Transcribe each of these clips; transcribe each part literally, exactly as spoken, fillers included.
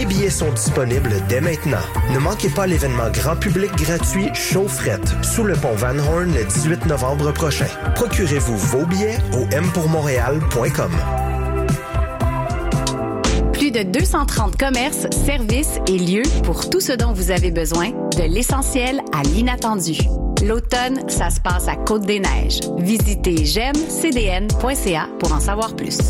billets sont disponibles dès maintenant. Ne manquez pas l'événement grand public gratuit Show Fret sous le pont Van Horn le dix-huit novembre prochain. Procurez-vous vos billets au m pour montréal point com. Plus de deux cent trente commerces, services et lieux pour tout ce dont vous avez besoin, de l'essentiel à l'inattendu. L'automne, ça se passe à Côte-des-Neiges. Visitez gem c d n point c a pour en savoir plus.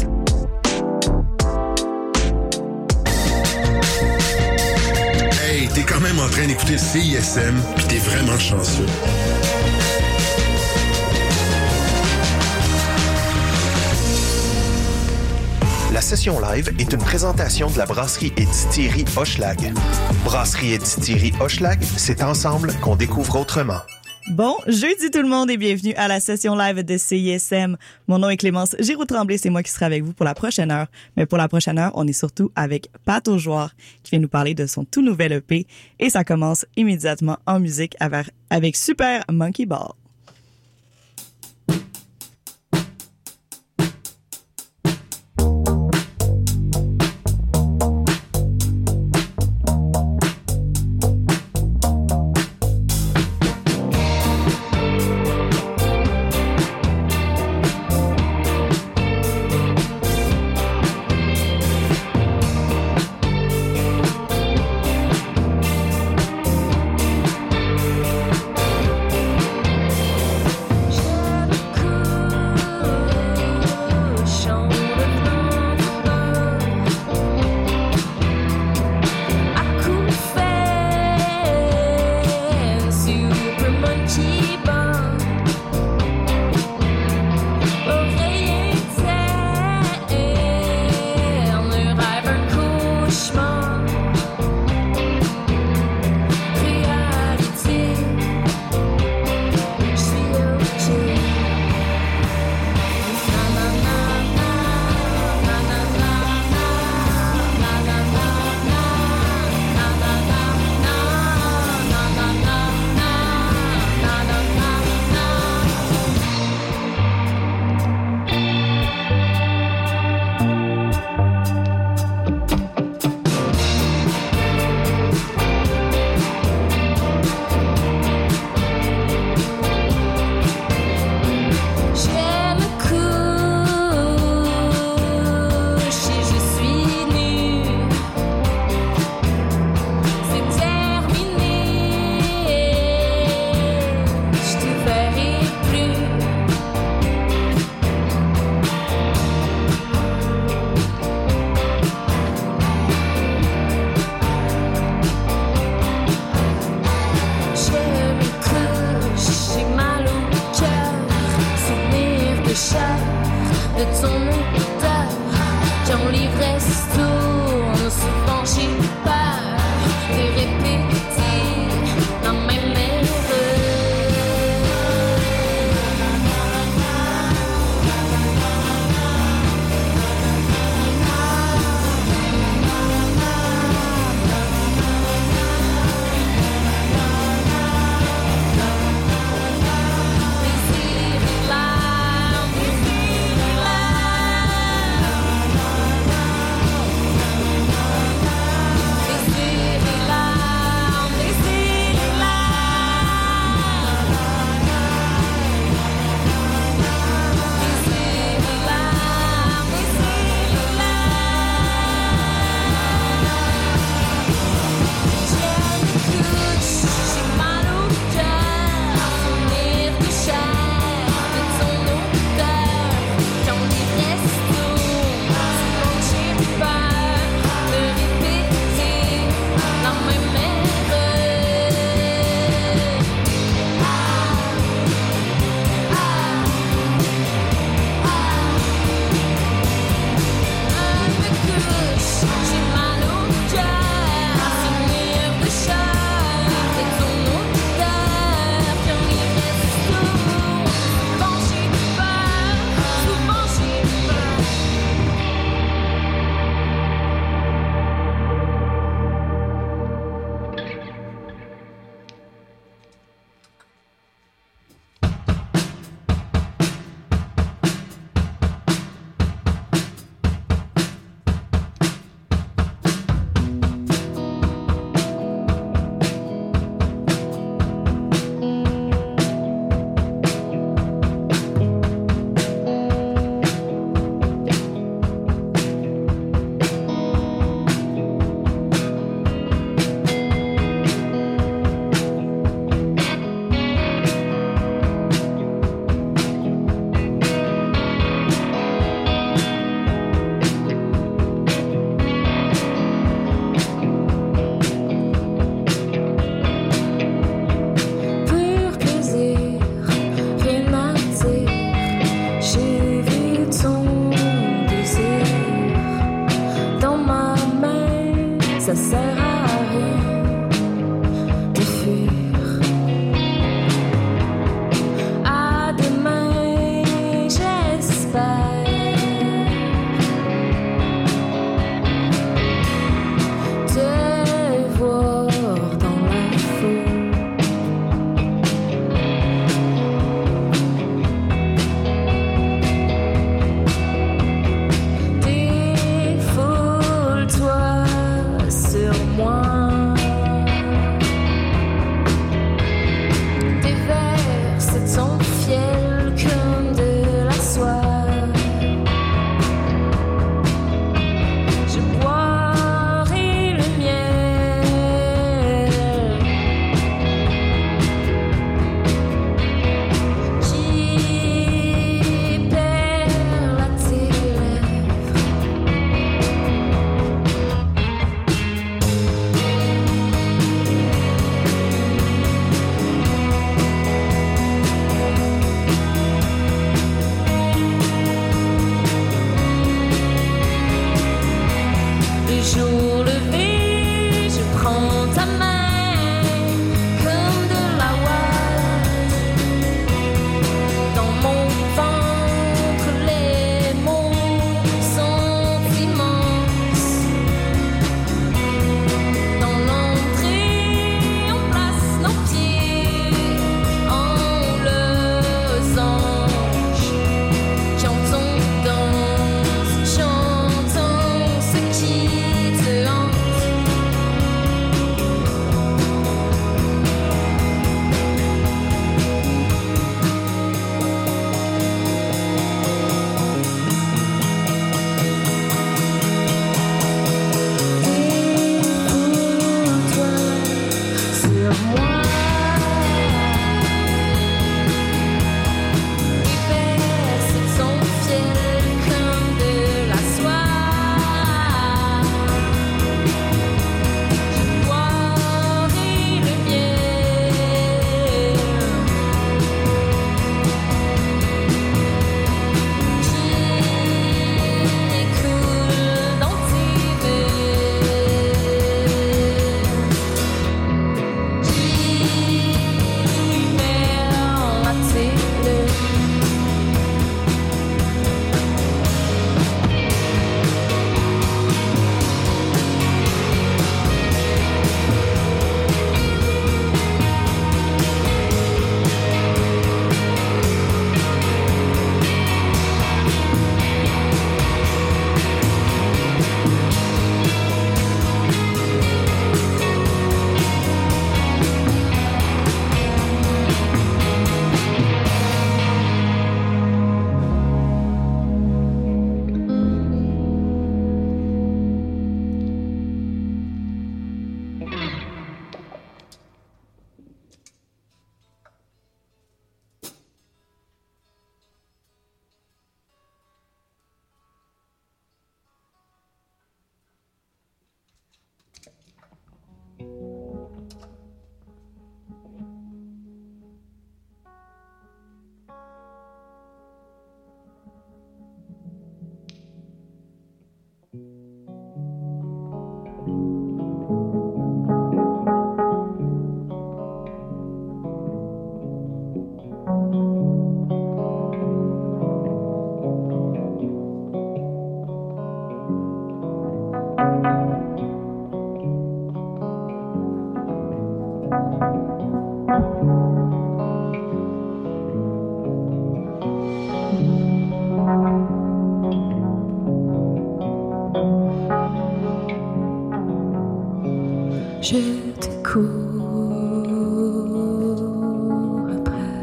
Hey, t'es quand même en train d'écouter le C I S M, pis t'es vraiment chanceux. La session live est une présentation de la brasserie et distillerie Hochelag. Brasserie et distillerie Hochelag, c'est ensemble qu'on découvre autrement. Bon, jeudi tout le monde et bienvenue à la session live de C I S M. Mon nom est Clémence Giroux-Tremblay, c'est moi qui serai avec vous pour la prochaine heure. Mais pour la prochaine heure, on est surtout avec Pat Aujoire qui vient nous parler de son tout nouvel E P et ça commence immédiatement en musique avec, avec Super Monkey Ball. ça sert à rien de fuir. À demain, j'espère te voir dans la foule. Défoule-toi sur moi. Déverse ton fiel comme de la soie. Je boirai le miel. J'y perle à tes lèvres. Le jour levé, je prends ta main comme de la ouate. Dans mon ventre, les mots sont immenses. Dans l'entrée, on place nos pieds en losange. Chantons, danse, chantons ce qui te hante. Défoule-toi sur moi. Déverse ton fiel comme de la soie. Je boirai le miel. Qui coule dans tes veines. J'y perle à tes lèvres. Je te cours après.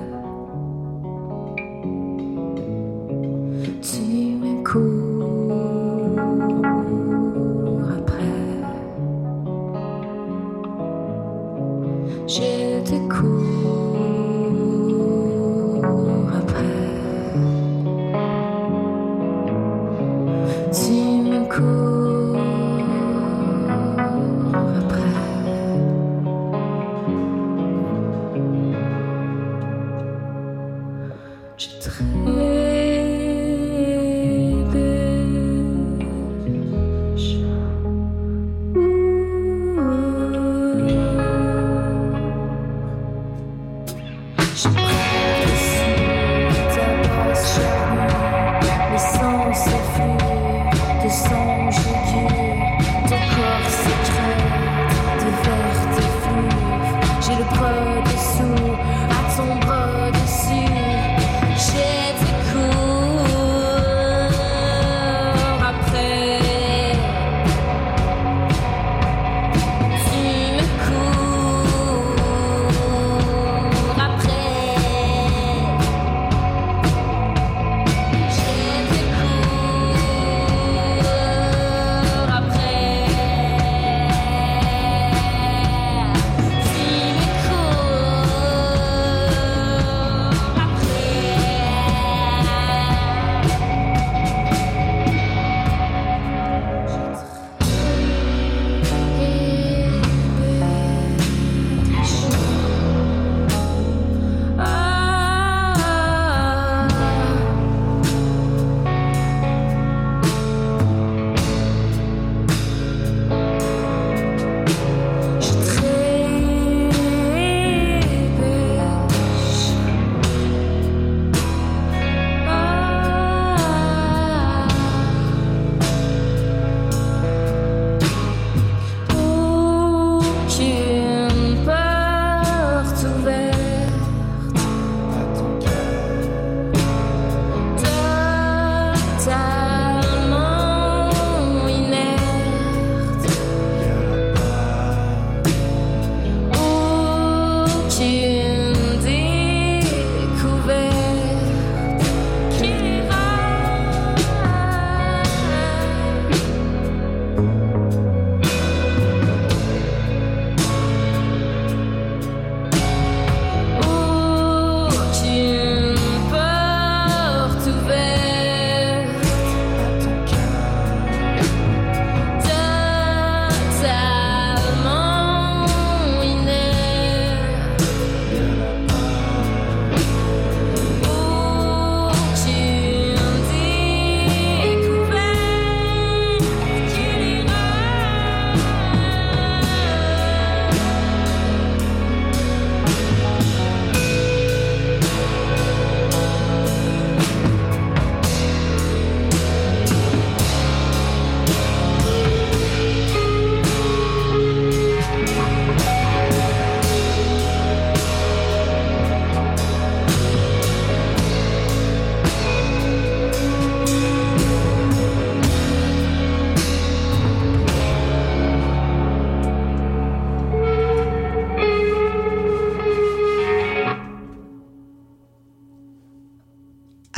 Tu me cours après. Je te cours après. Tu me cours après. Je trébuche. Ouh.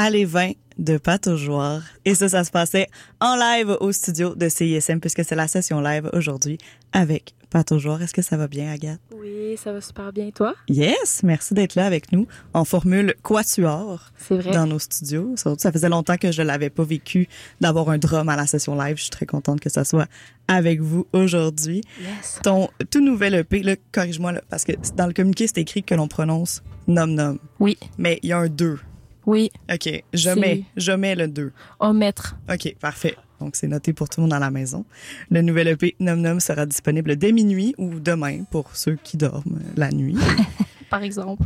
à les vingt de Pat aux joueurs. Et ça, ça se passait en live au studio de C I S M puisque c'est la session live aujourd'hui avec Pat aux joueurs. Est-ce que ça va bien, Agathe? Oui, ça va super bien. Toi? Yes, merci d'être là avec nous en formule quatuor. C'est vrai. Dans nos studios. Ça faisait longtemps que je l'avais pas vécu d'avoir un drum à la session live. Je suis très contente que ça soit avec vous aujourd'hui. Yes. Ton tout nouvel E P, là, corrige-moi, là, parce que dans le communiqué, c'est écrit que l'on prononce nom nom. Oui. Mais il y a un deux. Oui. OK, je mets, je mets le deux. Omettre. OK, parfait. Donc, c'est noté pour tout le monde à la maison. Le nouvel E P Nom Nom sera disponible dès minuit ou demain pour ceux qui dorment la nuit. Par exemple.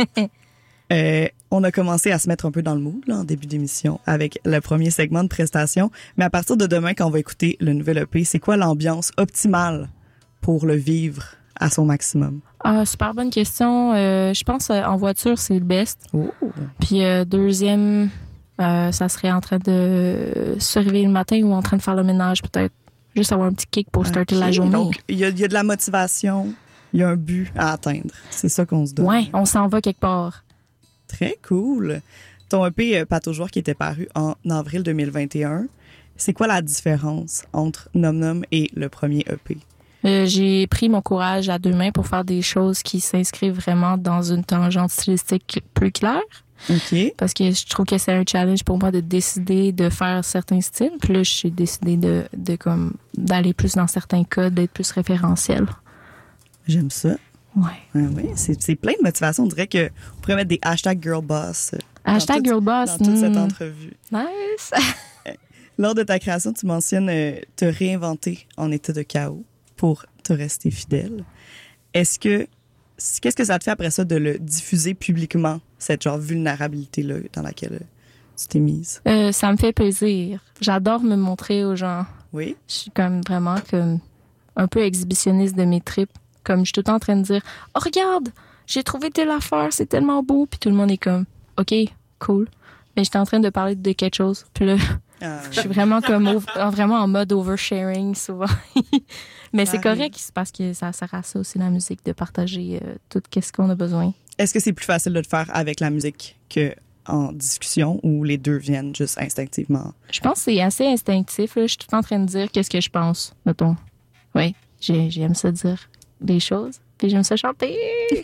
euh, on a commencé à se mettre un peu dans le mood là, en début d'émission avec le premier segment de prestation. Mais à partir de demain, quand on va écouter le nouvel E P, c'est quoi l'ambiance optimale pour le vivre à son maximum? Ah, super bonne question. Euh, je pense euh, en voiture, c'est le best. Oh. Puis euh, deuxième, euh, ça serait en train de se réveiller le matin ou en train de faire le ménage peut-être. Juste avoir un petit kick pour starter Okay. la journée. Donc, il y, y a de la motivation, il y a un but à atteindre. C'est ça qu'on se donne. Ouais, on s'en va quelque part. Très cool. Ton E P euh, Pat aux joueurs qui était paru en avril deux mille vingt et un, c'est quoi la différence entre Nom Nom et le premier E P? Euh, j'ai pris mon courage à deux mains pour faire des choses qui s'inscrivent vraiment dans une tangente stylistique plus claire. OK. Parce que je trouve que c'est un challenge pour moi de décider de faire certains styles. Puis là, j'ai décidé de, de comme d'aller plus dans certains codes, d'être plus référentiel. J'aime ça. Ouais. Ouais, ouais. C'est, c'est plein de motivation. On dirait qu'on pourrait mettre des hashtags girlboss. Hashtag dans toute- girlboss. Dans toute cette mm. entrevue. Nice. Lors de ta création, tu mentionnes euh, te réinventer en état de chaos pour te rester fidèle. Est-ce que qu'est-ce que ça te fait après ça de le diffuser publiquement, cette genre vulnérabilité-là dans laquelle tu t'es mise? Euh, ça me fait plaisir. J'adore me montrer aux gens. Oui? Je suis comme vraiment comme un peu exhibitionniste de mes tripes. Comme je suis tout le temps en train de dire « Oh, regarde, j'ai trouvé telle affaire, c'est tellement beau. » Puis tout le monde est comme « OK, cool. » Mais j'étais en train de parler de quelque chose. Puis là, Ah, je suis vraiment comme over- vraiment en mode oversharing souvent. Mais c'est Arrive. correct, c'est parce que ça sert à ça aussi la musique, de partager euh, tout ce qu'on a besoin. Est-ce que c'est plus facile de le faire avec la musique que en discussion ou les deux viennent juste instinctivement? Je pense que c'est assez instinctif. Là. Je suis tout le temps en train de dire qu'est-ce que je pense, mettons. Oui, j'ai- j'aime ça dire des choses, puis j'aime ça chanter.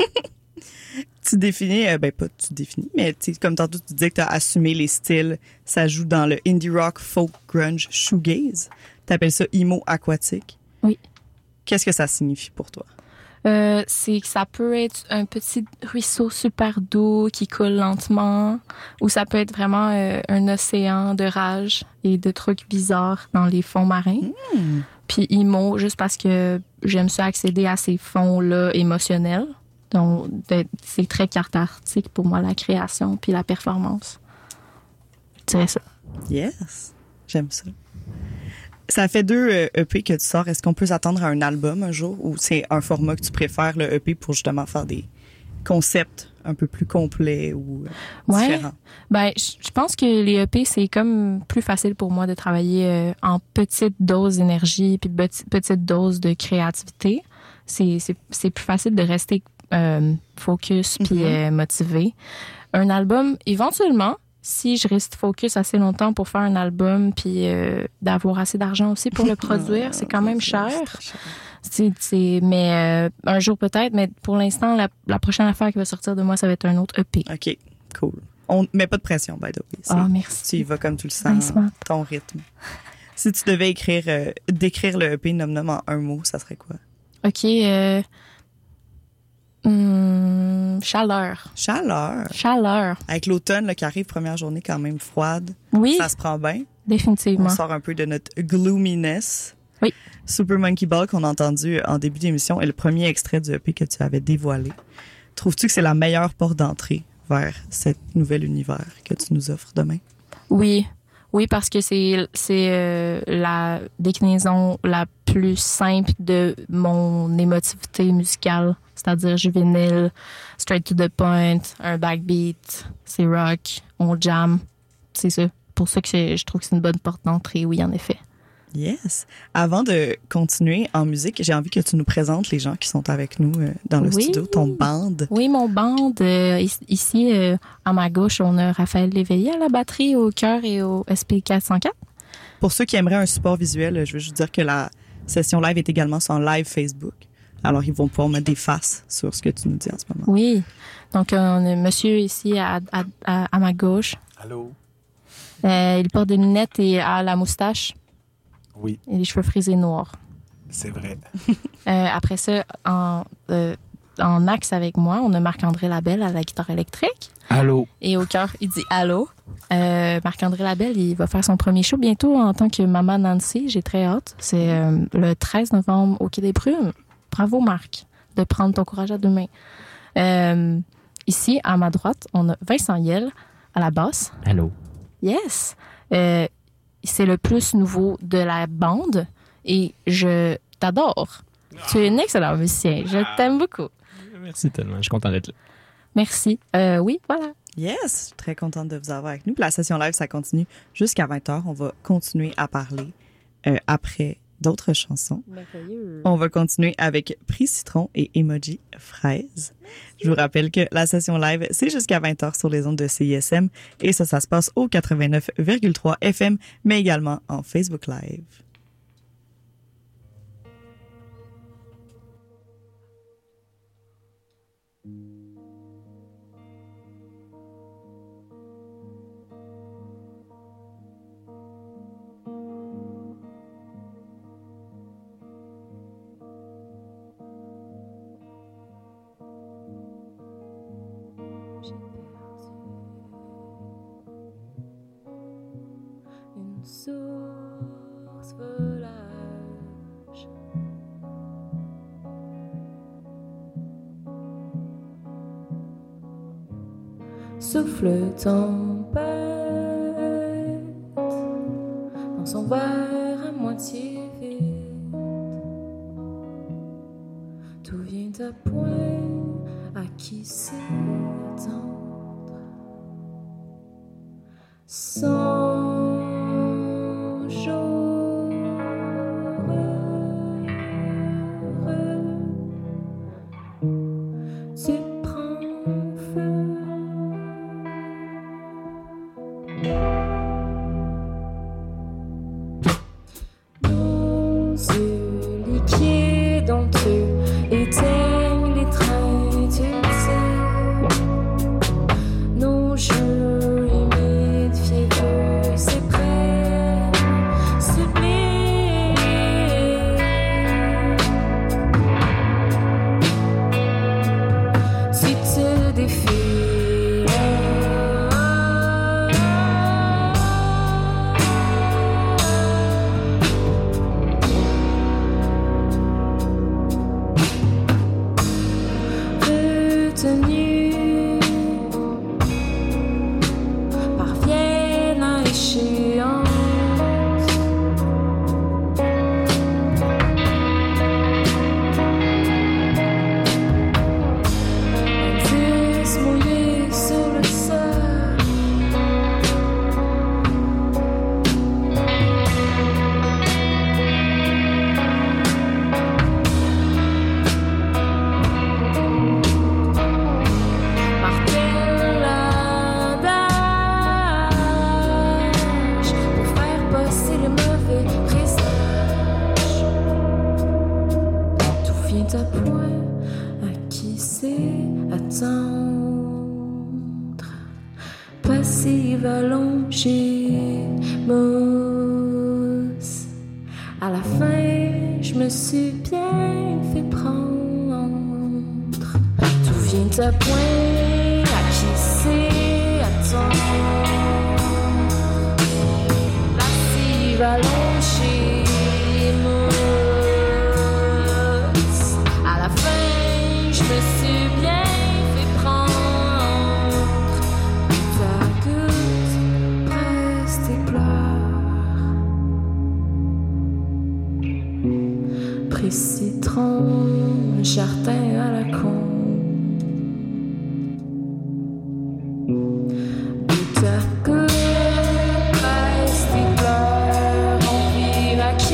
Tu définis, euh, ben pas tu définis, mais tu sais, comme tantôt tu disais que tu as assumé les styles, ça joue dans le indie rock, folk, grunge, shoegaze. Tu appelles ça emo aquatique. Oui. Qu'est-ce que ça signifie pour toi? Euh, c'est que ça peut être un petit ruisseau super doux qui coule lentement, ou ça peut être vraiment euh, un océan de rage et de trucs bizarres dans les fonds marins. Mm. Puis emo, juste parce que j'aime ça accéder à ces fonds-là émotionnels. Donc, de- c'est très cathartique pour moi, la création puis la performance. Je dirais ça. Yes, j'aime ça. Ça fait deux euh, E P que tu sors. Est-ce qu'on peut s'attendre à un album un jour ou c'est un format que tu préfères, le E P, pour justement faire des concepts un peu plus complets ou euh, Ouais. différents? Ben, je je pense que les E P, c'est comme plus facile pour moi de travailler euh, en petite dose d'énergie puis petit- petite dose de créativité. C'est, c'est, c'est plus facile de rester euh, focus puis Mhm. euh, motivé. Un album, éventuellement, si je reste focus assez longtemps pour faire un album puis euh, d'avoir assez d'argent aussi pour le produire, c'est quand même cher. C'est, c'est, mais euh, un jour peut-être, mais pour l'instant, la, la prochaine affaire qui va sortir de moi, ça va être un autre E P. OK, cool. On met pas de pression, by the way. C'est- Ah, merci. Tu y vas comme tu le sens, Nice, man. ton rythme. Si tu devais écrire, euh, décrire le E P Nom Nom en un mot, ça serait quoi? OK. Euh, hum, chaleur. Chaleur. Chaleur. Avec l'automne là, qui arrive, première journée quand même froide, Oui, ça se prend bien. définitivement. On sort un peu de notre gloominess. Oui. Super Monkey Ball qu'on a entendu en début d'émission est le premier extrait du E P que tu avais dévoilé. Trouves-tu que c'est la meilleure porte d'entrée vers cet nouvel univers que tu nous offres demain? Oui. Oui, parce que c'est, c'est euh, la déclinaison la plus simple de mon émotivité musicale, c'est-à-dire juvénile, straight to the point, un backbeat, c'est rock, on jam. C'est ça. Pour ça que c'est, je trouve que c'est une bonne porte d'entrée, oui, en effet. Yes. Avant de continuer en musique, j'ai envie que tu nous présentes les gens qui sont avec nous euh, dans le Oui. studio, ton band. Oui, mon band. Euh, ici, euh, à ma gauche, on a Raphaël Léveillé à la batterie, au chœur et au S P quatre cent quatre. Pour ceux qui aimeraient un support visuel, je veux juste dire que la session live est également sur live Facebook. Alors, ils vont pouvoir mettre des faces sur ce que tu nous dis en ce moment. Oui. Donc, on a monsieur ici à, à, à, à ma gauche. Allô? Euh, il porte des lunettes et a la moustache Oui, et les cheveux frisés noirs. c'est vrai. Euh, après ça, en, euh, en axe avec moi, on a Marc-André Labelle à la guitare électrique. Allô? Et au cœur, il dit allô. Euh, Marc-André Labelle, il va faire son premier show bientôt en tant que Maman Nancy. J'ai très hâte. C'est euh, le treize novembre au Quai des Brumes. Bravo, Marc, de prendre ton courage à deux mains. Euh, ici, à ma droite, on a Vincent Yel à la basse. Allô? Yes. Euh, c'est le plus nouveau de la bande et je t'adore. Tu es un excellent musicien. Je t'aime beaucoup. Merci tellement. Je suis content d'être là. Merci. Euh, oui, voilà. Yes, je suis très contente de vous avoir avec nous. Puis la session live, ça continue jusqu'à vingt heures. On va continuer à parler euh, après d'autres chansons. Merveilleux. On va continuer avec Prix Citron et Emoji Fraise. Je vous rappelle que la session live, c'est jusqu'à vingt heures sur les ondes de C I S M et ça, ça se passe au quatre-vingt-neuf virgule trois F M, mais également en Facebook Live. Une source volage. Souffle tempête dans son verre à moitié vide. Tout vient à point, à qui sait attendre. Sans jour heureux, tu prends feu. Nos yeux liquides honteux éteignent les traits, tu le sais. Nos jeux humides, fiévreux, s'éprennent, s'oublient. Si tu défiles, retenus parviennent à échéance. Indice mouillé sur le sol. Martèle l'adage pour faire passer le mauvais présage. Tout vient à point, à qui sait attendre. Passive allongée, mousse. À la fin, je me suis bien fait prendre. Tout vient à point, à qui sait attendre. Passive allongée, mousse. À la fin, je me suis bien fait prendre. Ta goutte presse tes pleurs. Prix citron, jardin à la con. Ta goutte presse tes pleurs. Envie la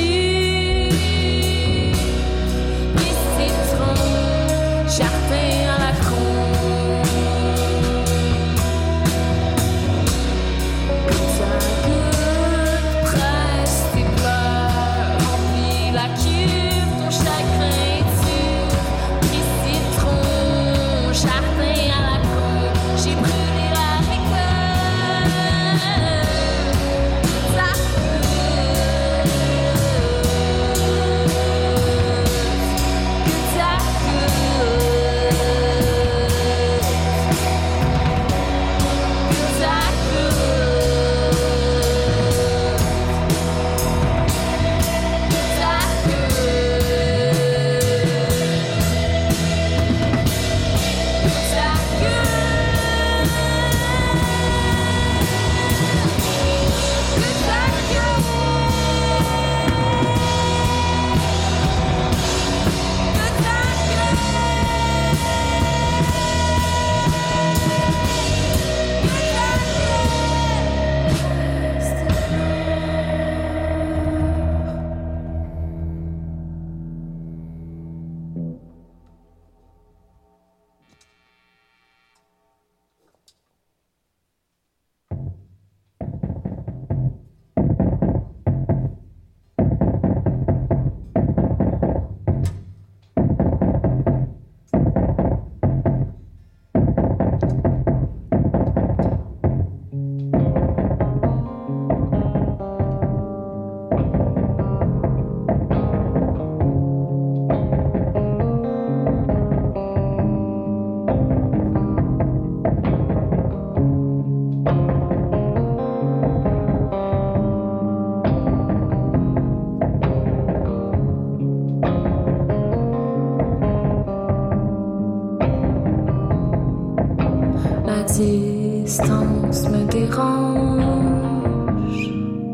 distance me dérange.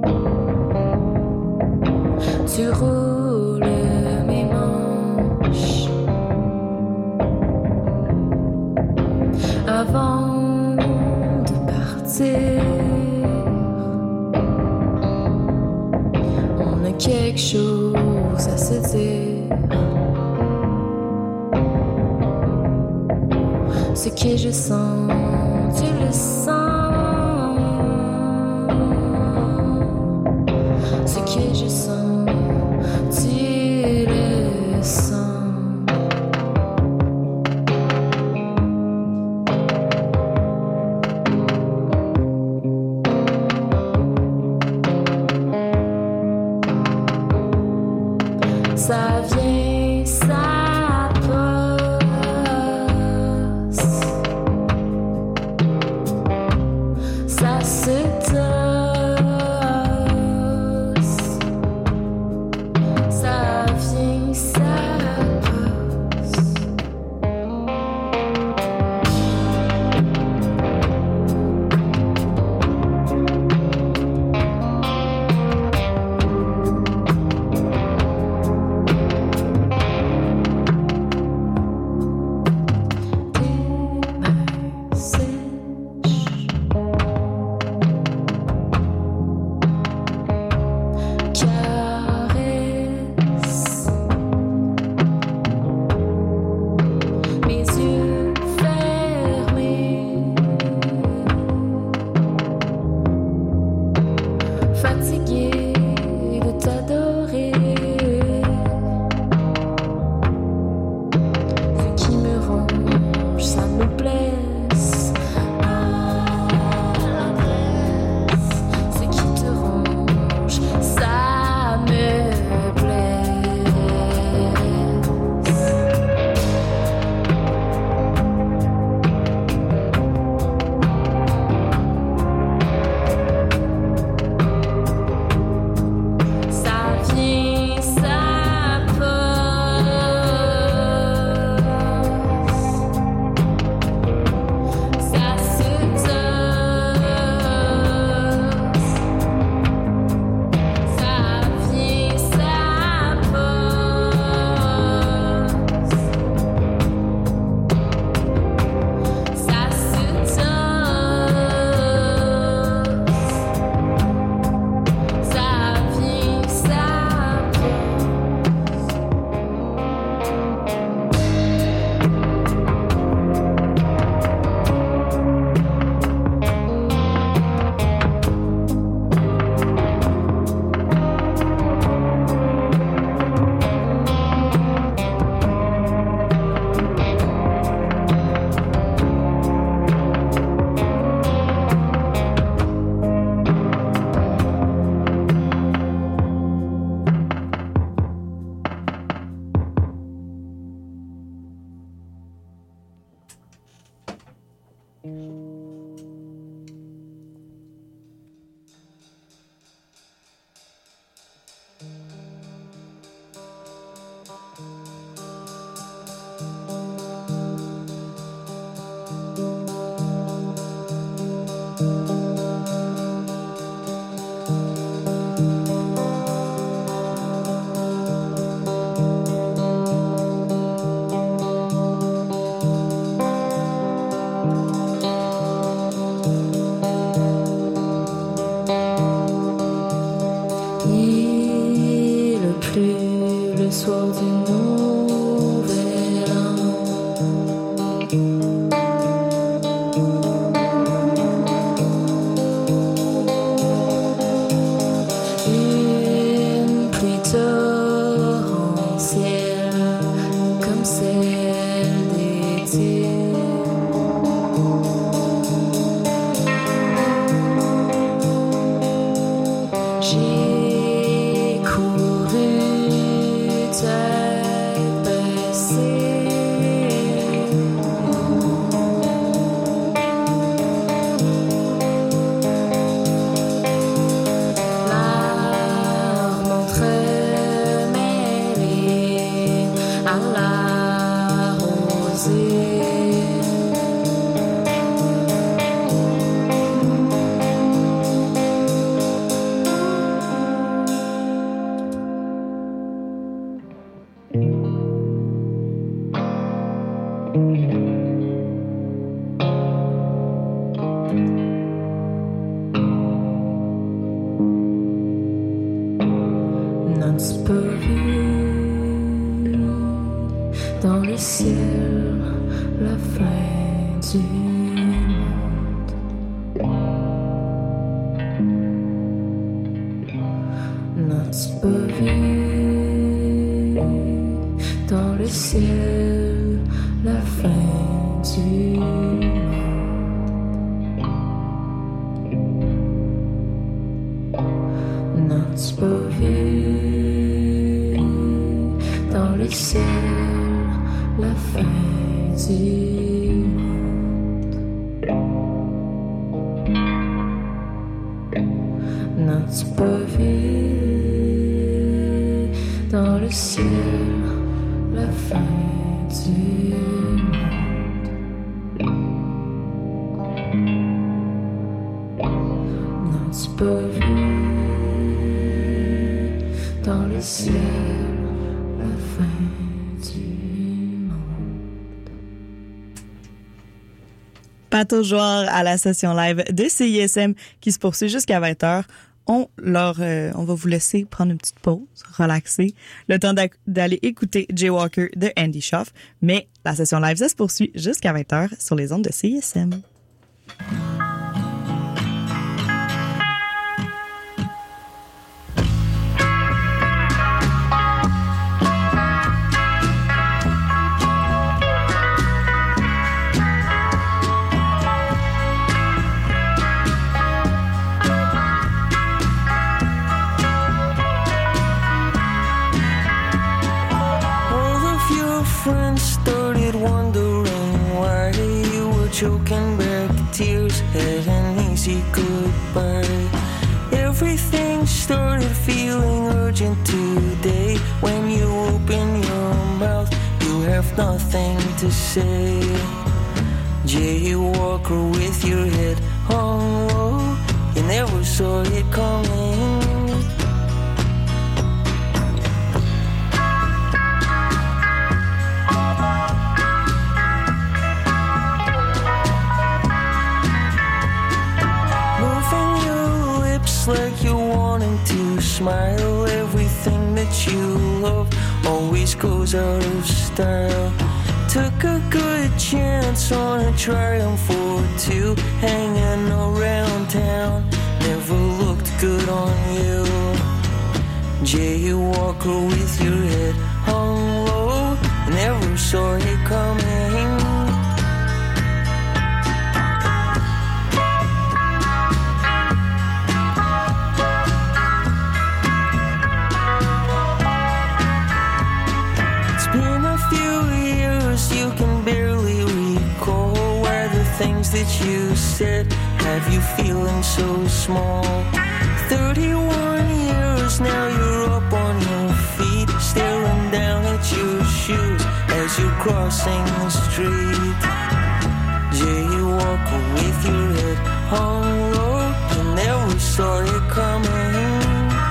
Tu roules mes manches avant de partir. On a quelque chose à se dire. Ce que je sens, tu le sens. Ce que je sens, tu le sens. Ça vient, ça passe. Ça se tasse. Ça vient, ça passe. Allah Dans le ciel, la fin du monde. N'a-t-ce pas vu dans le ciel la fin du monde? N'a-t-ce pas vu dans le ciel la fin du monde? N'as-tu pas vu dans le ciel la fin du monde? N'as-tu pas vu dans le ciel la fin du monde? Pat aux joueurs à la session live de C I S M qui se poursuit jusqu'à vingt heures. On, leur, euh, on va vous laisser prendre une petite pause, relaxer, le temps d'aller écouter Jaywalker de Andy Schaaf. Mais la session live, ça se poursuit jusqu'à vingt heures sur les ondes de C I S M. Choking back tears, had an easy goodbye. Everything started feeling urgent today. When you open your mouth, you have nothing to say. Jaywalker with your head hung low, you never saw it coming. Like you're wanting to smile. Everything that you love always goes out of style. Took a good chance on a triumph or two, hanging around town, never looked good on you. Jaywalker with your head hung low, never saw it coming. You can barely recall why the things that you said have you feeling so small. Thirty-one years now you're up on your feet, staring down at your shoes as you're crossing the street. Jaywalker with your head hung low, you never saw it coming.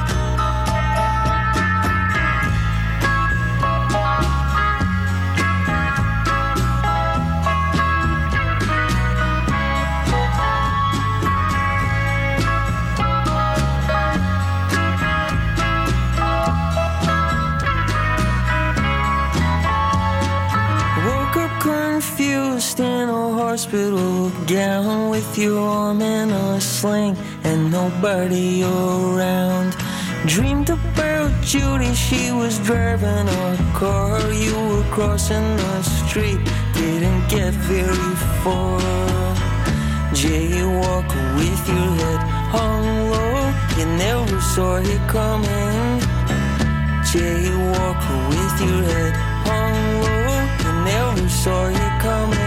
Confused in a hospital gown, with your arm in a sling and nobody around. Dreamed about Judy, she was driving a car. You were crossing the street, didn't get very far. Jaywalker with your head hung low, you never saw it coming. Jaywalker with your head hung low, you never saw it coming.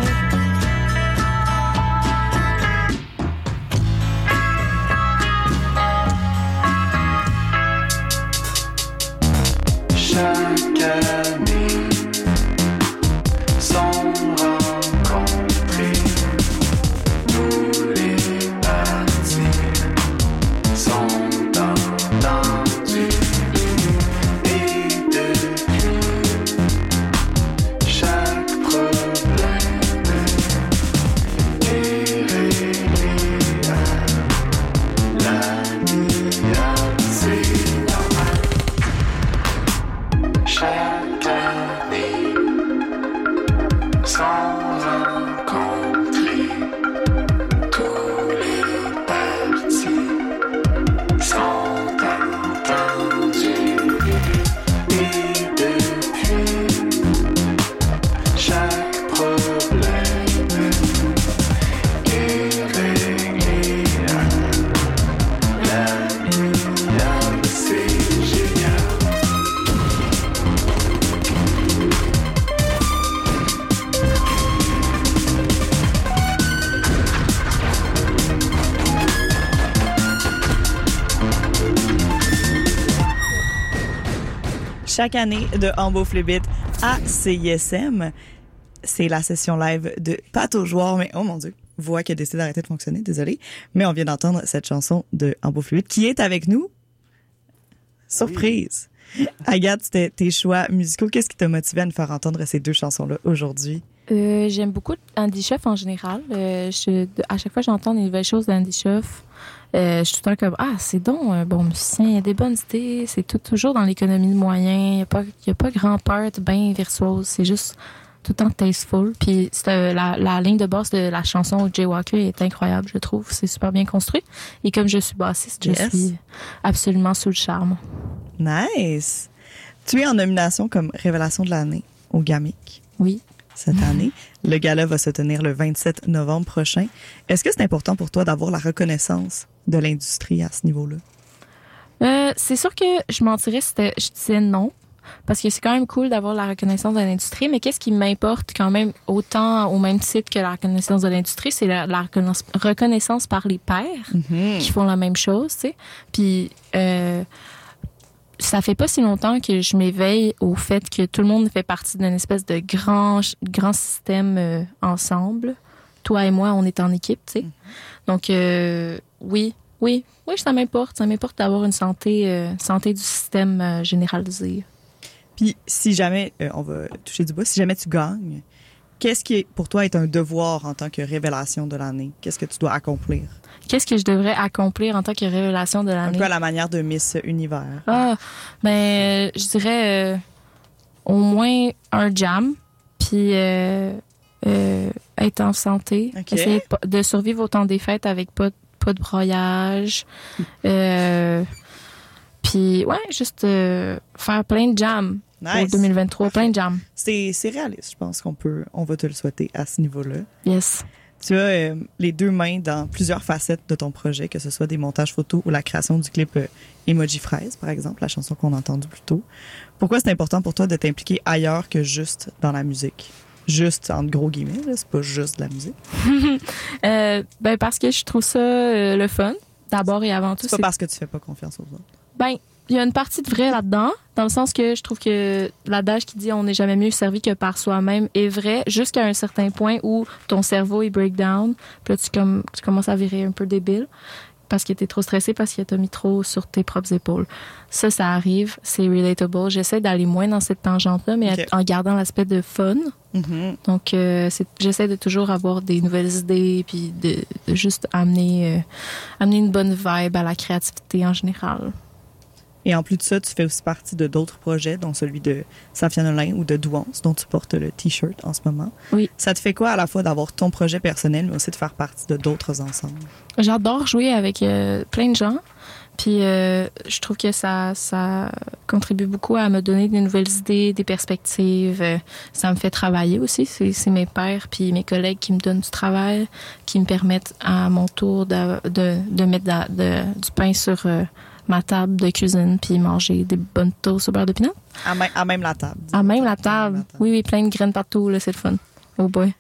Chaque année, sans rencontrer, tous les partis sont entendus. Et depuis chaque année de Ambo-Flubit à C I S M. C'est la session live de Pat aux joueurs, mais oh mon Dieu, voix qui a décidé d'arrêter de fonctionner, désolé. Mais on vient d'entendre cette chanson de Ambo-Flubit qui est avec nous. Surprise! Oui. Agathe, c'était tes choix musicaux. Qu'est-ce qui t'a motivé à nous faire entendre ces deux chansons-là aujourd'hui? Euh, j'aime beaucoup Andy Schuff en général. Euh, je, à chaque fois que j'entends des nouvelles choses d'Andy Schuff, euh, je suis tout le temps comme « Ah, c'est donc un bon musicien, il a des bonnes idées. » C'est tout, toujours dans l'économie de moyens. Il n'y a pas, il y a pas grand part bien virtuose. C'est juste tout le temps tasteful. Puis c'est, la, la ligne de basse de la chanson Jaywalker est incroyable, je trouve. C'est super bien construit. Et comme je suis bassiste, yes. je suis absolument sous le charme. Nice! Tu es en nomination comme Révélation de l'année au GAMIC. Oui. Cette année. Le gala va se tenir le vingt-sept novembre prochain. Est-ce que c'est important pour toi d'avoir la reconnaissance de l'industrie à ce niveau-là? Euh, c'est sûr que je mentirais si je disais non. Parce que c'est quand même cool d'avoir la reconnaissance de l'industrie, mais qu'est-ce qui m'importe quand même autant au même titre que la reconnaissance de l'industrie, c'est la, la reconnaissance par les pairs mm-hmm. qui font la même chose, tu sais. Puis euh, ça fait pas si longtemps que je m'éveille au fait que tout le monde fait partie d'une espèce de grand, grand système euh, ensemble. Toi et moi, on est en équipe, tu sais. Mm-hmm. Donc, euh, oui, oui, oui, ça m'importe. Ça m'importe d'avoir une santé, euh, santé du système euh, généralisé. Puis, si jamais, euh, on va toucher du bois, si jamais tu gagnes, qu'est-ce qui, est, pour toi, est un devoir en tant que révélation de l'année? Qu'est-ce que tu dois accomplir? Qu'est-ce que je devrais accomplir en tant que révélation de l'année? Un peu à la manière de Miss Univers. Ah, ben, euh, je dirais euh, au moins un jam, puis euh, euh, être en santé. Okay. Essayer de, de survivre au temps des fêtes avec pas, pas de broyage. euh, puis, ouais, juste euh, faire plein de jams. Nice. Pour deux mille vingt-trois, plein de jams. C'est, c'est réaliste, je pense qu'on peut, on va te le souhaiter à ce niveau-là. Yes. Tu as euh, les deux mains dans plusieurs facettes de ton projet, que ce soit des montages photos ou la création du clip euh, Emoji Fraise, par exemple, la chanson qu'on a entendue plus tôt. Pourquoi c'est important pour toi de t'impliquer ailleurs que juste dans la musique? Juste, entre gros guillemets, là, c'est pas juste de la musique. euh, ben parce que je trouve ça euh, le fun, d'abord et avant tout. C'est pas c'est... parce que tu fais pas confiance aux autres. Ben, il y a une partie de vrai là-dedans, dans le sens que je trouve que l'adage qui dit on n'est jamais mieux servi que par soi-même est vrai jusqu'à un certain point où ton cerveau il break down, puis là tu, comme, tu commences à virer un peu débile parce que t'es trop stressé, parce que t'as mis trop sur tes propres épaules. Ça, ça arrive, c'est relatable. J'essaie d'aller moins dans cette tangente-là, mais okay. en gardant l'aspect de fun. Mm-hmm. Donc, euh, c'est, j'essaie de toujours avoir des nouvelles idées, puis de, de juste amener, euh, amener une bonne vibe à la créativité en général. Et en plus de ça, tu fais aussi partie de d'autres projets, dont celui de Safia Nolin ou de Douance, dont tu portes le T-shirt en ce moment. Oui. Ça te fait quoi à la fois d'avoir ton projet personnel, mais aussi de faire partie de d'autres ensembles? J'adore jouer avec euh, plein de gens. Puis euh, je trouve que ça, ça contribue beaucoup à me donner des nouvelles idées, des perspectives. Euh, ça me fait travailler aussi. C'est, c'est mes pairs puis mes collègues qui me donnent du travail, qui me permettent à mon tour de, de, de mettre de, de, du pain sur... Euh, ma table de cuisine, puis manger des bonnes toasts au beurre de pinot. À, ma- à même la table. À même la table. la table. Oui, oui, plein de graines partout, là, c'est le fun. Oh boy.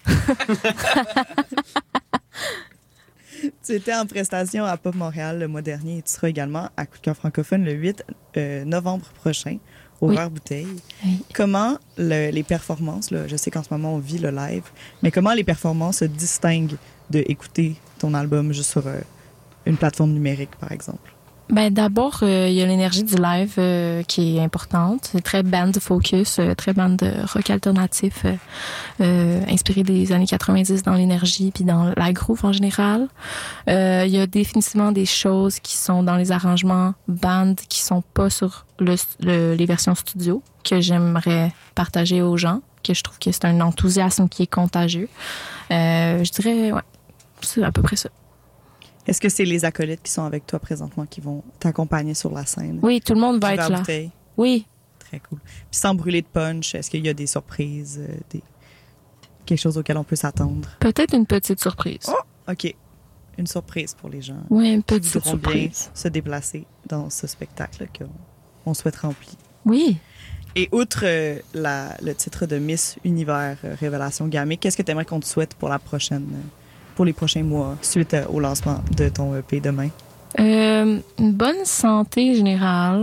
Tu étais en prestation à Pop Montréal le mois dernier et tu seras également à Coup de cœur francophone le huit novembre prochain au oui. Verre Bouteille. Oui. Comment le, les performances, là, je sais qu'en ce moment on vit le live, mais comment les performances se distinguent de écouter ton album juste sur euh, une plateforme numérique, par exemple? Ben d'abord, il euh, y a l'énergie du live euh, qui est importante. C'est très band focus, euh, très band de rock alternatif, euh, euh, inspiré des années quatre-vingt-dix dans l'énergie puis dans la groove en général. Il euh, y a définitivement des choses qui sont dans les arrangements band qui sont pas sur le, le, les versions studio que j'aimerais partager aux gens, que je trouve que c'est un enthousiasme qui est contagieux. Euh, je dirais, ouais, c'est à peu près ça. Est-ce que c'est les acolytes qui sont avec toi présentement qui vont t'accompagner sur la scène? Oui, tout le monde va être là. Bouteille? Oui. Très cool. Puis sans brûler de punch, est-ce qu'il y a des surprises, euh, des... quelque chose auquel on peut s'attendre? Peut-être une petite surprise. Oh, OK. Une surprise pour les gens. Oui, une petite qui voudront surprise. Bien se déplacer dans ce spectacle qu'on on souhaite remplir. Oui. Et outre euh, la, le titre de Miss Univers euh, Révélation GAMIC, qu'est-ce que tu aimerais qu'on te souhaite pour la prochaine... Euh, pour les prochains mois, suite au lancement de ton E P demain? Euh, une bonne santé générale,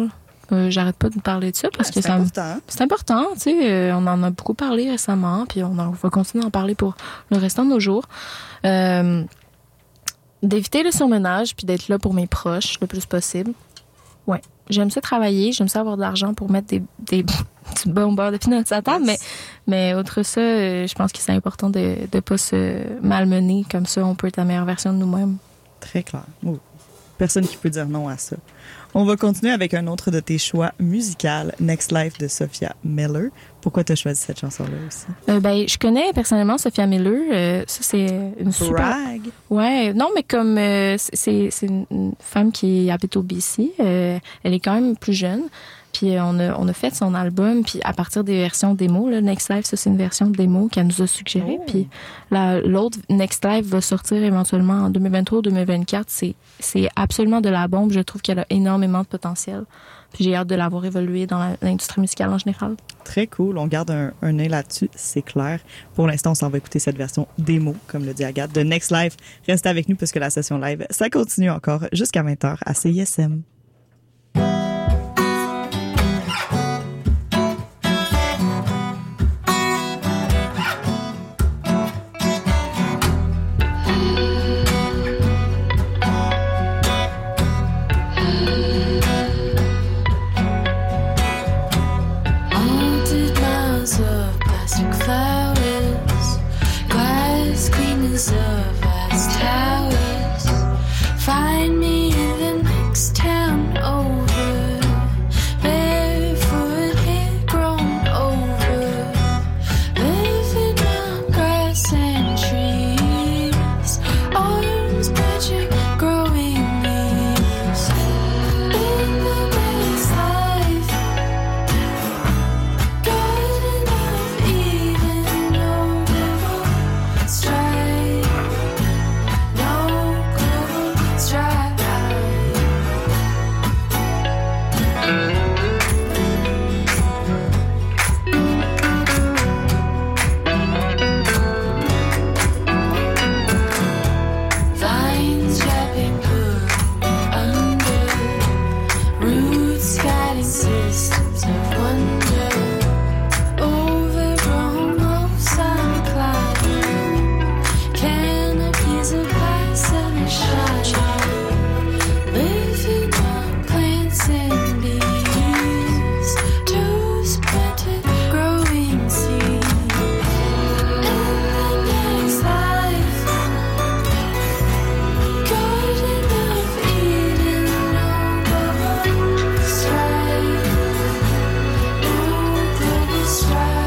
Euh, j'arrête pas de parler de ça parce Ouais, que c'est ça me- important. c'est important, tu sais. euh, on en a beaucoup parlé récemment, puis on, en- on va continuer d'en parler pour le restant de nos jours. Euh, d'éviter le surmenage, puis d'être là pour mes proches le plus possible. Ouais. J'aime ça travailler, j'aime ça avoir de l'argent pour mettre des, des, du bon beurre de pinot sur la table, mais, mais outre ça, euh, je pense que c'est important de ne pas se malmener. Comme ça, on peut être la meilleure version de nous-mêmes. Très clair. Oh. Personne qui peut dire non à ça. On va continuer avec un autre de tes choix musicaux, Next Life de Sophia Miller. Pourquoi tu as choisi cette chanson-là aussi? Euh, ben, je connais personnellement Sophia Miller. Euh, ça, c'est une super... Brag. Ouais, non, mais comme euh, c'est, c'est une femme qui habite au B C, euh, elle est quand même plus jeune. Puis on a, on a fait son album, puis à partir des versions démo, là, Next Life, ça c'est une version démo qu'elle nous a suggérée. Oh. Puis la, l'autre Next Life va sortir éventuellement en deux mille vingt-trois ou deux mille vingt-quatre. C'est, c'est absolument de la bombe. Je trouve qu'elle a énormément de potentiel. Puis j'ai hâte de l'avoir évolué dans la, l'industrie musicale en général. Très cool. On garde un, un œil là-dessus, c'est clair. Pour l'instant, on s'en va écouter cette version démo, comme le dit Agathe, de Next Life. Restez avec nous parce que la session live, ça continue encore jusqu'à vingt heures à C I S M. Haunted miles of plastic flowers, glass cleaners of vast towers. Find me in the next town over, barefoot, hair grown over, living on grass and trees, arms bridging growing leaves. In the next life, good enough, even no global strife, no global strife. Vines wrapping, pulling under, roots guiding systems of wonder. Overgrown roofs I'm climbing, canopies of glass and shine, living on plants and bees, toes planted, growing seeds. In the next life, good enough, eating no global strife, no global strife.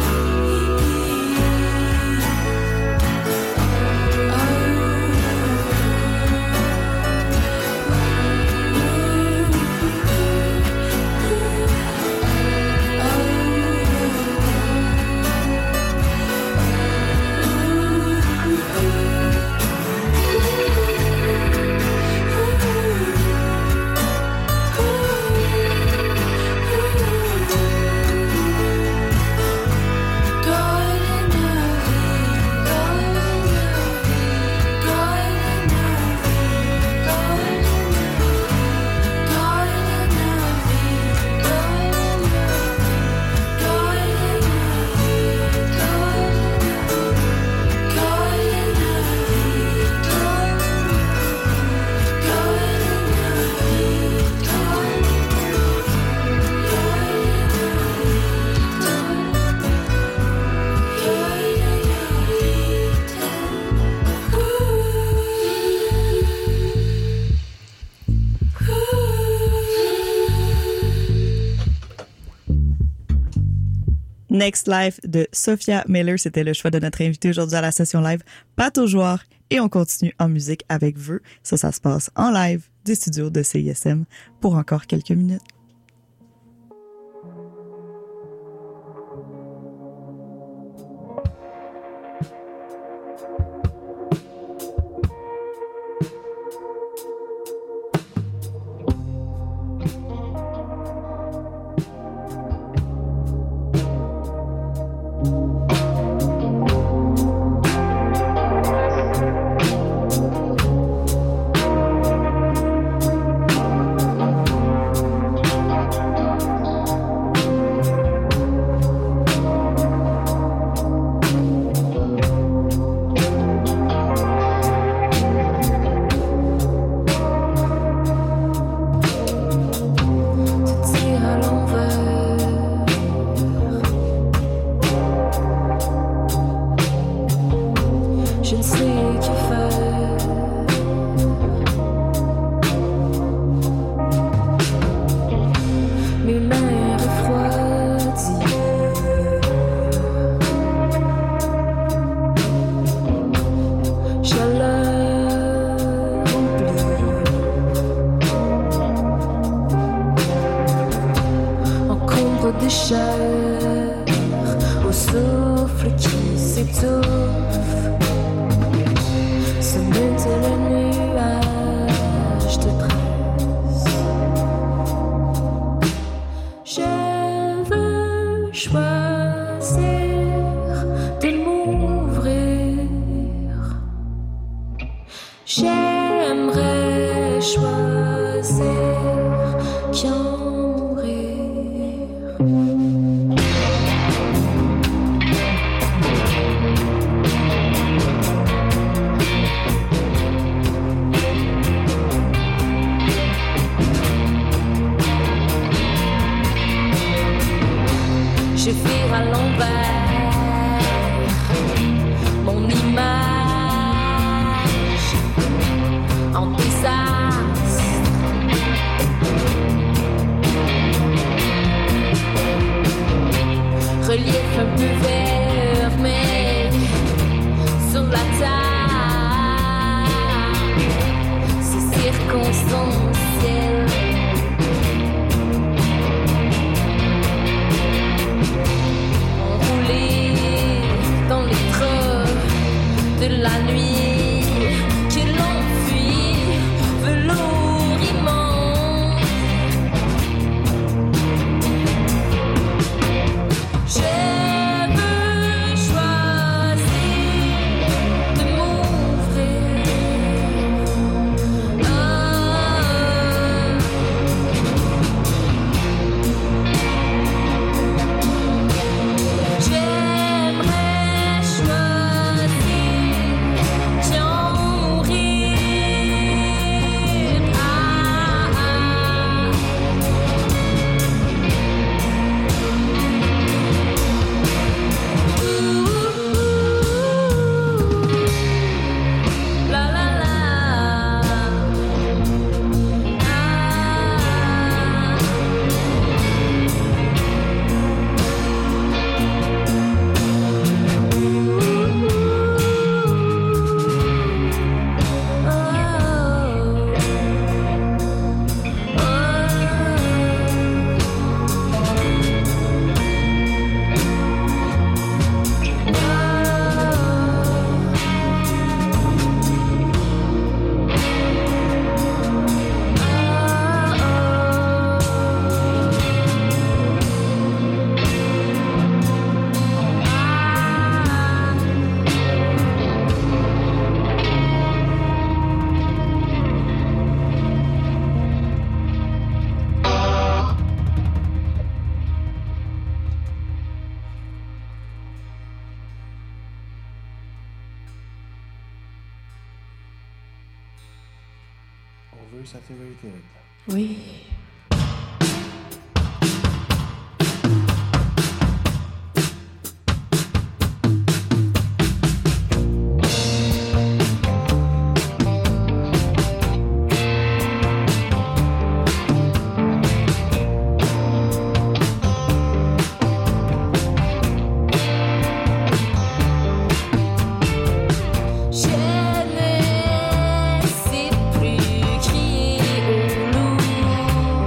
Next Life de Sophia Miller, c'était le choix de notre invité aujourd'hui à la session live, Pat aux joueurs. Et on continue en musique avec Vœux. Ça, ça se passe en live des studios de C I S M pour encore quelques minutes. Thank souffle qui s'étouffe. Ce lutte le nuage de presse. Je veux choisir de m'ouvrir. J'aimerais choisir qu'en mourir. Je vire à l'envers mon image en désastre. Relief un peu vert, mais sur la table, c'est circonstanciel. Dans les creux de la nuit que l'on fuit, velours immense. Je veux choisir de m'ouvrir. Ah. J'aimerais choisir d'en mourir. Ah, ah. Ouh, la la la. Ah. On veut sa vérité. Oui. Je ne sais plus crier au loup.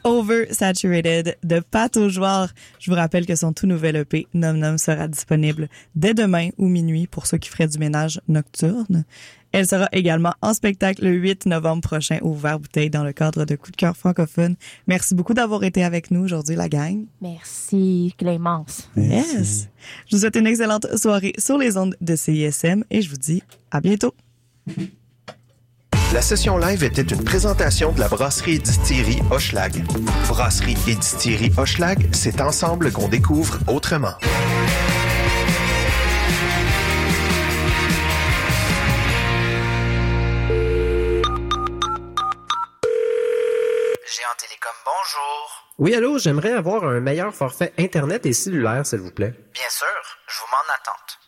Oversaturated de Pat Aujoire. Je vous rappelle que son tout nouvel E P, Nom Nom, sera disponible dès demain ou minuit pour ceux qui feraient du ménage nocturne. Elle sera également en spectacle le huit novembre prochain au Vert Bouteille dans le cadre de Coup de cœur francophone. Merci beaucoup d'avoir été avec nous aujourd'hui, la gang. Merci, Clémence. Yes. Je vous souhaite une excellente soirée sur les ondes de C I S M et je vous dis à bientôt. La session live était une présentation de la brasserie et distillerie Hochelag. Brasserie et distillerie Hochelag, c'est ensemble qu'on découvre autrement. Géant Télécom, bonjour. Oui, allô, j'aimerais avoir un meilleur forfait Internet et cellulaire, s'il vous plaît. Bien sûr, je vous mets en attente.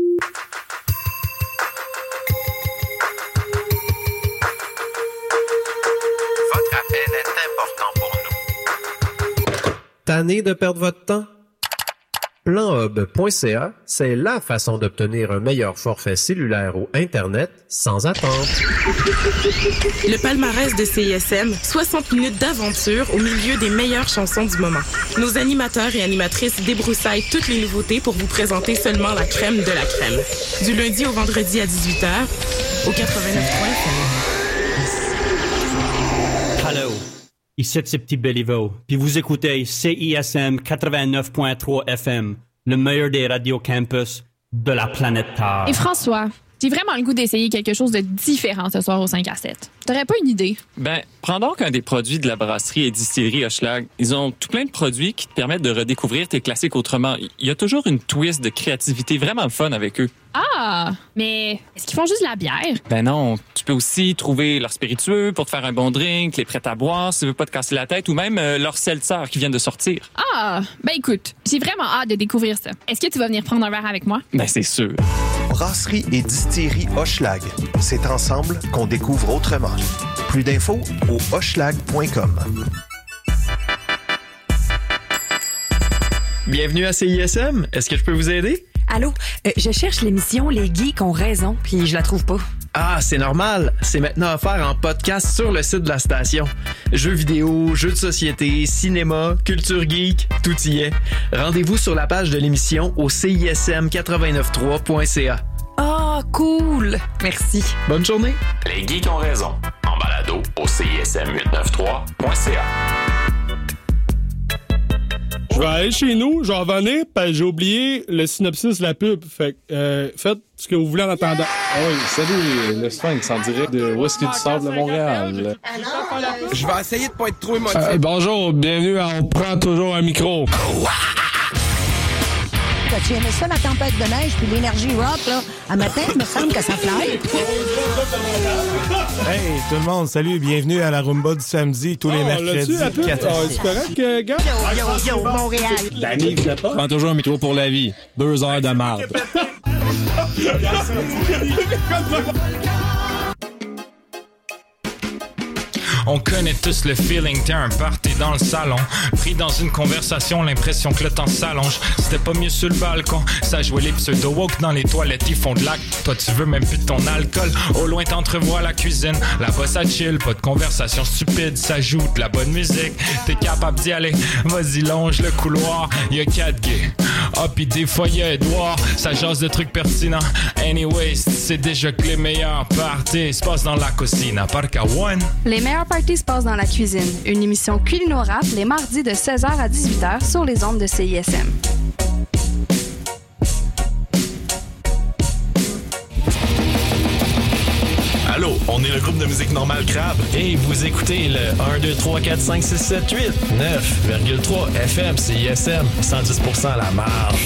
Votre appel est important pour nous. Tanné de perdre votre temps? plan hub point c a, c'est la façon d'obtenir un meilleur forfait cellulaire ou Internet sans attendre. Le palmarès de C I S M, soixante minutes d'aventure au milieu des meilleures chansons du moment. Nos animateurs et animatrices débroussaillent toutes les nouveautés pour vous présenter seulement la crème de la crème. Du lundi au vendredi à dix-huit heures, au quatre-vingt-neuf point F M. Hello, ici c'est Petit Béliveau, puis vous écoutez C I S M quatre-vingt-neuf point trois F M, le meilleur des radios campus de la planète Terre. Et François, j'ai vraiment le goût d'essayer quelque chose de différent ce soir au cinq à sept. T'aurais pas une idée? Ben, prends donc un des produits de la brasserie et distillerie Hochelag. Ils ont tout plein de produits qui te permettent de redécouvrir tes classiques autrement. Il y a toujours une twist de créativité vraiment fun avec eux. Ah, mais est-ce qu'ils font juste la bière? Ben non, tu peux aussi trouver leur spiritueux pour te faire un bon drink, les prêts à boire si tu veux pas te casser la tête, ou même euh, leur seltzer qui viennent de sortir. Ah, ben écoute, j'ai vraiment hâte de découvrir ça. Est-ce que tu vas venir prendre un verre avec moi? Ben c'est sûr. Brasserie et distillerie Hochelag, c'est ensemble qu'on découvre autrement. Plus d'infos au hochelag point com. Bienvenue à C I S M. Est-ce que je peux vous aider? Allô, euh, je cherche l'émission Les Geeks ont raison, puis je la trouve pas. Ah, c'est normal. C'est maintenant offert en podcast sur le site de la station. Jeux vidéo, jeux de société, cinéma, culture geek, tout y est. Rendez-vous sur la page de l'émission au c i s m quatre-vingt-neuf trois point c a. Ah, oh, cool! Merci. Bonne journée. Les Geeks ont raison. En balado au c i s m huit cent quatre-vingt-trois point c a. Je vais aller chez nous, je vais revenir, puis j'ai oublié le synopsis de la pub. Fait que, euh, faites ce que vous voulez en attendant. Ah oui, salut, le Sphinx en direct de Whisky du Sable de Montréal. Je vais essayer de pas être trop émotif. Euh, bonjour, bienvenue à On prend toujours un micro. Tu aimais ça, la tempête de neige, puis l'énergie rock, là? À matin, il me semble que ça fly. Hey, tout le monde, salut, bienvenue à la Rumba du samedi, tous les oh, mercredis. quatre heures. C'est correct, euh, gars? Yo, yo, yo, Montréal. Danny, vous êtes pas? Prends toujours un micro pour la vie. Deux heures de marde. On connaît tous le feeling, t'es un party dans le salon. Pris dans une conversation, l'impression que le temps s'allonge. C'était pas mieux sur le balcon, ça jouait les pseudo-woke dans les toilettes, ils font de l'acte. Toi tu veux même plus de ton alcool. Au loin t'entrevois la cuisine, là-bas ça chill. Pas de conversation stupide, ça joue de la bonne musique. T'es capable d'y aller, vas-y longe le couloir. Y'a quatre gays, ah pis des fois y'a Edouard. Ça jase de trucs pertinents. Anyways, c'est déjà que les meilleurs parties se passent dans la cuisine. Parca One. Les meilleurs parties se passent dans la cuisine. Une émission culino-rap les mardis de seize heures à dix-huit heures sur les ondes de C I S M. Allô, on est le groupe de musique normale Crabe. Et vous écoutez le un, deux, trois, quatre, cinq, six, sept, huit, neuf virgule trois F M C I S M, cent dix pour cent à la marge.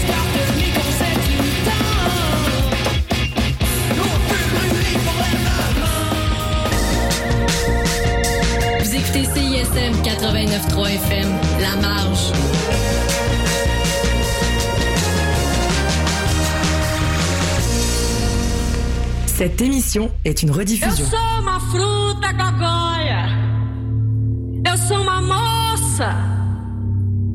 Vous écoutez C I S M quatre-vingt-neuf trois F M, la marge. Cette émission est une rediffusion. Eu sou uma fruta gogóia. Eu sou uma moça.